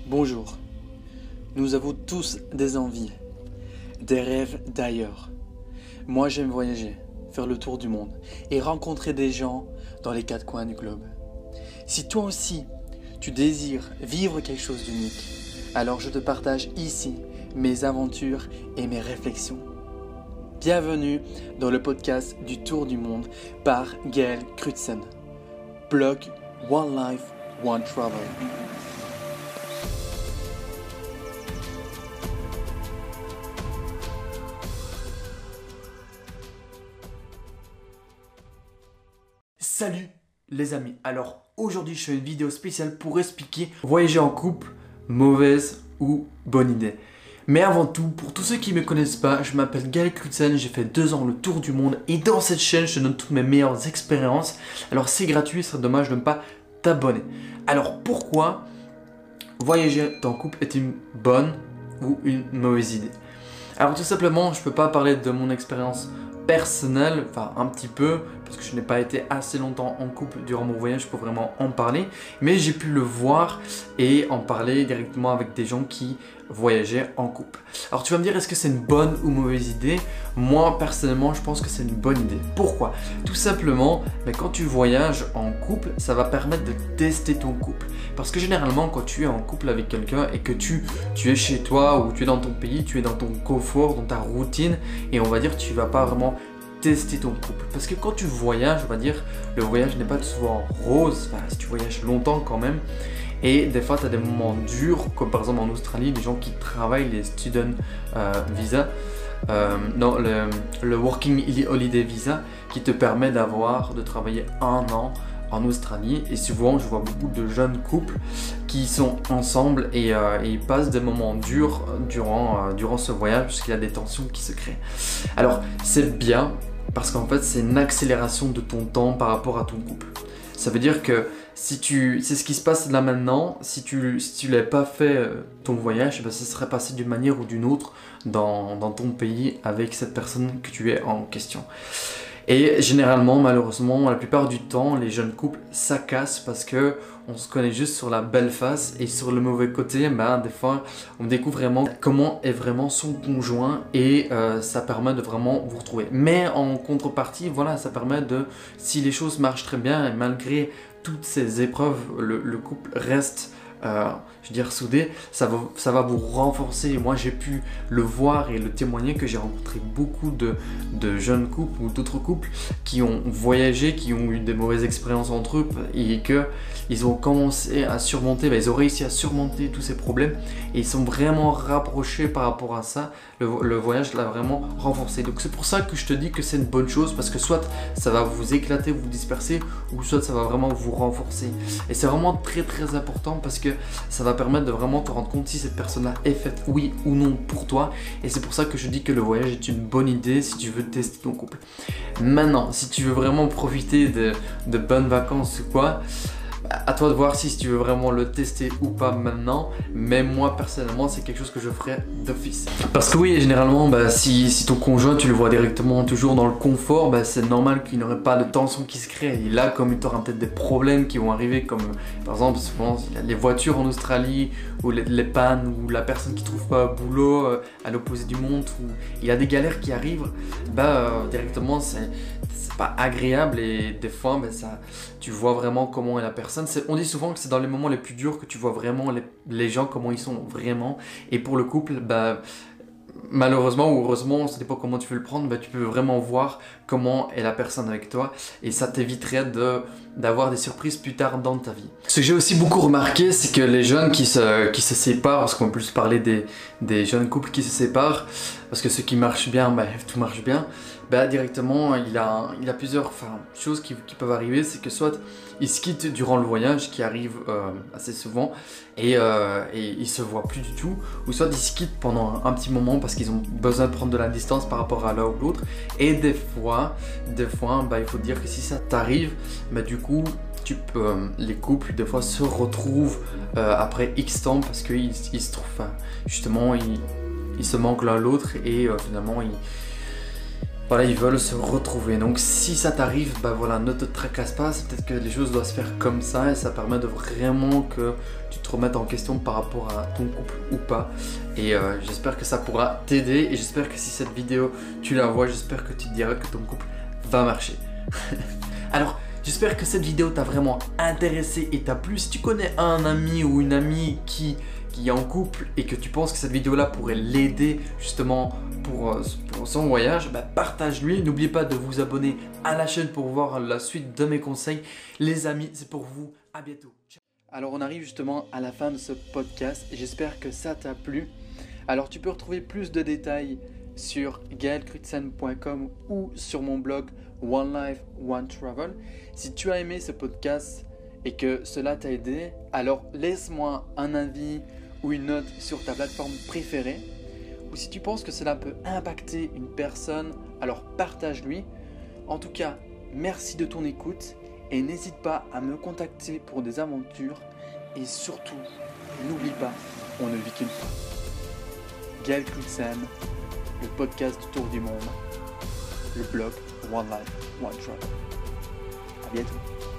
Bonjour. Nous avons tous des envies, des rêves d'ailleurs. Moi j'aime voyager, faire le tour du monde et rencontrer des gens dans les quatre coins du globe. Si toi aussi tu désires vivre quelque chose d'unique, alors je te partage ici mes aventures et mes réflexions. Bienvenue dans le podcast du Tour du Monde par Gaël Crutzen. Blog One Life, One Travel. Salut les amis, alors aujourd'hui je fais une vidéo spéciale pour expliquer voyager en couple, mauvaise ou bonne idée. Mais avant tout, pour tous ceux qui ne me connaissent pas, je m'appelle Gaël Crutzen, j'ai fait 2 ans le tour du monde et dans cette chaîne je te donne toutes mes meilleures expériences. Alors c'est gratuit, ce serait dommage de ne pas t'abonner. Alors pourquoi voyager en couple est une bonne ou une mauvaise idée? Alors tout simplement, je ne peux pas parler de mon expérience personnel, enfin un petit peu, parce que je n'ai pas été assez longtemps en couple durant mon voyage pour vraiment en parler, mais j'ai pu le voir et en parler directement avec des gens qui voyageaient en couple. Alors tu vas me dire, est-ce que c'est une bonne ou mauvaise idée? Moi personnellement je pense que c'est une bonne idée. Pourquoi? Tout simplement, mais quand tu voyages en couple, ça va permettre de tester ton couple. Parce que généralement quand tu es en couple avec quelqu'un et que tu es chez toi ou tu es dans ton pays, tu es dans ton confort, dans ta routine, et on va dire tu vas pas vraiment tester ton couple. Parce que quand tu voyages, on va dire, le voyage n'est pas souvent rose, enfin si tu voyages longtemps quand même, et des fois tu as des moments durs, comme par exemple en Australie, les gens qui travaillent, les student visa, non, le working holiday visa, qui te permet de travailler 1 an en Australie. Et souvent je vois beaucoup de jeunes couples qui sont ensemble et ils passent des moments durs durant ce voyage parce qu'il y a des tensions qui se créent. Alors c'est bien parce qu'en fait c'est une accélération de ton temps par rapport à ton couple. Ça veut dire que c'est ce qui se passe là maintenant, si tu n'avais pas fait ton voyage, ben ça serait passé d'une manière ou d'une autre dans ton pays avec cette personne que tu es en question. Et généralement, malheureusement, la plupart du temps, les jeunes couples, ça casse parce que on se connaît juste sur la belle face et sur le mauvais côté, ben, des fois, on découvre vraiment comment est vraiment son conjoint et ça permet de vraiment vous retrouver. Mais en contrepartie, voilà, ça permet de, si les choses marchent très bien et malgré toutes ces épreuves, le couple reste je veux dire soudé, ça va vous renforcer. Moi j'ai pu le voir et le témoigner que j'ai rencontré beaucoup de jeunes couples ou d'autres couples qui ont voyagé, qui ont eu des mauvaises expériences entre eux et qu'ils ont commencé à surmonter, ils ont réussi à surmonter tous ces problèmes et ils sont vraiment rapprochés par rapport à ça. Le voyage l'a vraiment renforcé. Donc c'est pour ça que je te dis que c'est une bonne chose, parce que soit ça va vous éclater, vous disperser, ou soit ça va vraiment vous renforcer. Et c'est vraiment très très important parce que ça va permettre de vraiment te rendre compte si cette personne-là est faite oui ou non pour toi. Et c'est pour ça que je dis que le voyage est une bonne idée si tu veux tester ton couple. Maintenant, si tu veux vraiment profiter de bonnes vacances ou quoi, à toi de voir si tu veux vraiment le tester ou pas maintenant. Mais moi personnellement c'est quelque chose que je ferais d'office. Parce que oui, généralement si ton conjoint tu le vois directement toujours dans le confort, c'est normal qu'il n'aurait pas de tension qui se crée. Et là, comme tu auras peut-être des problèmes qui vont arriver, comme par exemple souvent il y a les voitures en Australie, ou les pannes, ou la personne qui trouve pas boulot à l'opposé du monde, ou il y a des galères qui arrivent, directement c'est pas agréable. Et des fois tu vois vraiment comment est la personne. On dit souvent que c'est dans les moments les plus durs que tu vois vraiment les gens comment ils sont vraiment. Et pour le couple, malheureusement ou heureusement, ça dépend comment tu veux le prendre, tu peux vraiment voir comment est la personne avec toi et ça t'éviterait d'avoir des surprises plus tard dans ta vie. Ce que j'ai aussi beaucoup remarqué, c'est que les jeunes qui se séparent, parce qu'on va plus parler des jeunes couples qui se séparent, parce que ceux qui marchent bien, tout marche bien, directement il y a plusieurs choses qui peuvent arriver. C'est que soit ils se quittent durant le voyage, qui arrive assez souvent, et ils se voient plus du tout, ou soit ils se quittent pendant un petit moment parce qu'ils ont besoin de prendre de la distance par rapport à l'un ou l'autre. Et des fois il faut dire que si ça t'arrive, du coup les couples des fois se retrouvent après X temps parce qu'ils se trouvent justement ils se manquent l'un l'autre et finalement voilà, ils veulent se retrouver. Donc si ça t'arrive, bah voilà, ne te tracasse pas, c'est peut-être que les choses doivent se faire comme ça et ça permet de vraiment que tu te remettes en question par rapport à ton couple ou pas. Et j'espère que ça pourra t'aider et j'espère que si cette vidéo tu la vois, j'espère que tu te diras que ton couple va marcher. Alors, j'espère que cette vidéo t'a vraiment intéressé et t'a plu. Si tu connais un ami ou une amie qui est en couple et que tu penses que cette vidéo là pourrait l'aider justement pour son voyage, bah partage-lui. N'oubliez pas de vous abonner à la chaîne pour voir la suite de mes conseils. Les amis, c'est pour vous. À bientôt. Alors on arrive justement à la fin de ce podcast et j'espère que ça t'a plu. Alors tu peux retrouver plus de détails sur gaelcrutzen.com ou sur mon blog One Life, One Travel. Si tu as aimé ce podcast et que cela t'a aidé, alors laisse-moi un avis ou une note sur ta plateforme préférée. Ou si tu penses que cela peut impacter une personne, alors partage-lui. En tout cas, merci de ton écoute et n'hésite pas à me contacter pour des aventures. Et surtout, n'oublie pas, on ne vit qu'une fois. Gaël Crutzen, le podcast du tour du monde, le blog One Life, One Travel. À bientôt.